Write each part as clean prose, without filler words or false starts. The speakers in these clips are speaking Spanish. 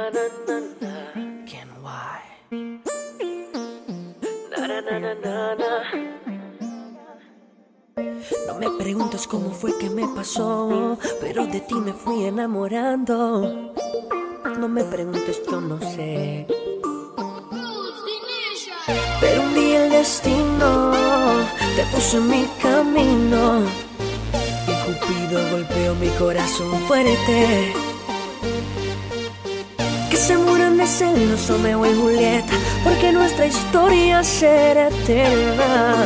Ken Y. No me preguntes cómo fue que me pasó, pero de ti me fui enamorando. No me preguntes, yo no sé. Pero un día el destino te puso en mi camino y Cupido golpeó mi corazón fuerte. Que se muran de celos Romeo y Julieta, porque nuestra historia será eterna.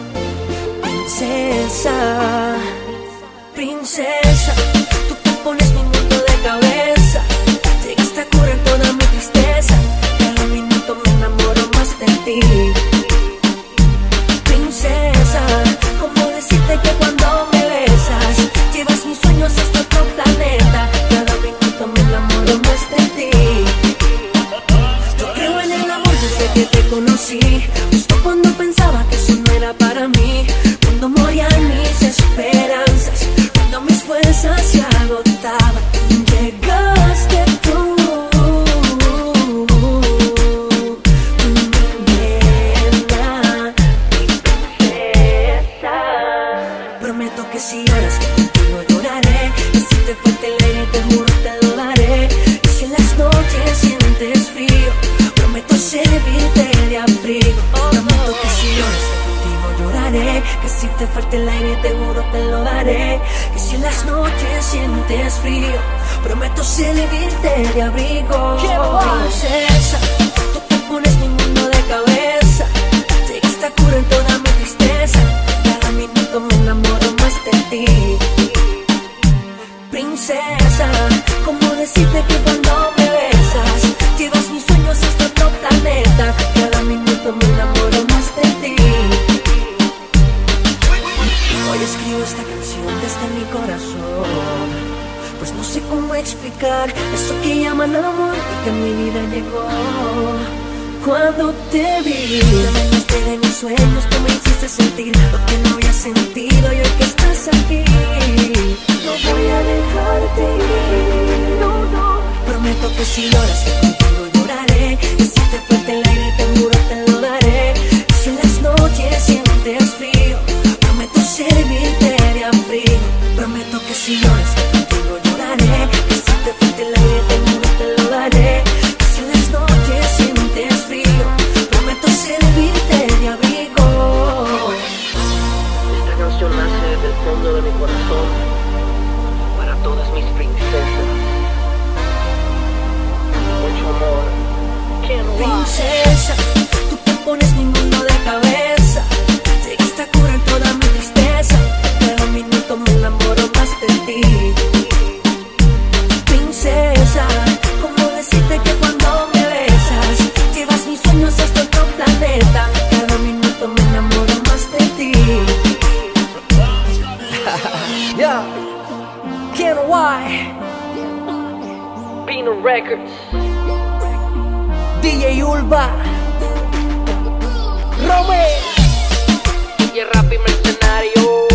Princesa, princesa, tú te pones mi mundo de cabeza. Llegaste a curar toda mi tristeza. Cada minuto me enamoro más de ti. Princesa, ¿cómo decirte que cuando me besas llevas mis sueños hasta otro planeta? Cada minuto me enamoro más de ti. Yo creo en el amor desde que te conocí, justo cuando pensaba que eso no era para mí. Cuando morían mis esperanzas, cuando mis fuerzas se agotaban, llegaste tú. Prometo que si lloras que contigo lloraré, y si te falta el aire te juro te lo daré. Y si en las noches sientes frío, prometo servirte de abrigo. Prometo que si lloras que contigo lloraré, que si te falta el aire te juro te lo daré. Que si en las noches sientes frío, prometo servirte de abrigo. Princesa, tú te pones mi mundo de cabeza. Llegaste a curar toda mi tristeza. Cada minuto me enamoro más de ti. Princesa, ¿cómo decirte que cuando me besas llevas mis sueños hasta otro planeta? Cada minuto me enamoro más de ti. Hoy escribo esta canción desde mi corazón, pues no sé cómo explicar eso que llaman amor y que a mi vida llegó. Cuando te vi, me llenaste de mis sueños, tú me hiciste sentir lo que no había sentido. Y hoy que estás aquí, no voy a dejarte ir, no, no. Prometo que si lloras que contigo lloraré, y si te falta el aire te juro te lo daré. Y si en las noches sientes frío, prometo servirte de abrigo. Prometo que si lloras que contigo lloraré, y si te falta el aire te juro te lo daré. Y si en las noches sientes frío, prometo servirte de abrigo. Esta canción nace del fondo de mi corazón para todas mis princesas. Mucho amor. Princesa, tú te pones mi mundo de cabeza. Llegaste a curar toda mi tristeza. Cada minuto me enamoro más de ti. Princesa, ¿cómo decirte que cuando me besas llevas mis sueños hasta otro planeta? Cada minuto me enamoro más de ti. Yeah, Ken Y, Pino Records, DJ Ulva, y Rappi Mercenario.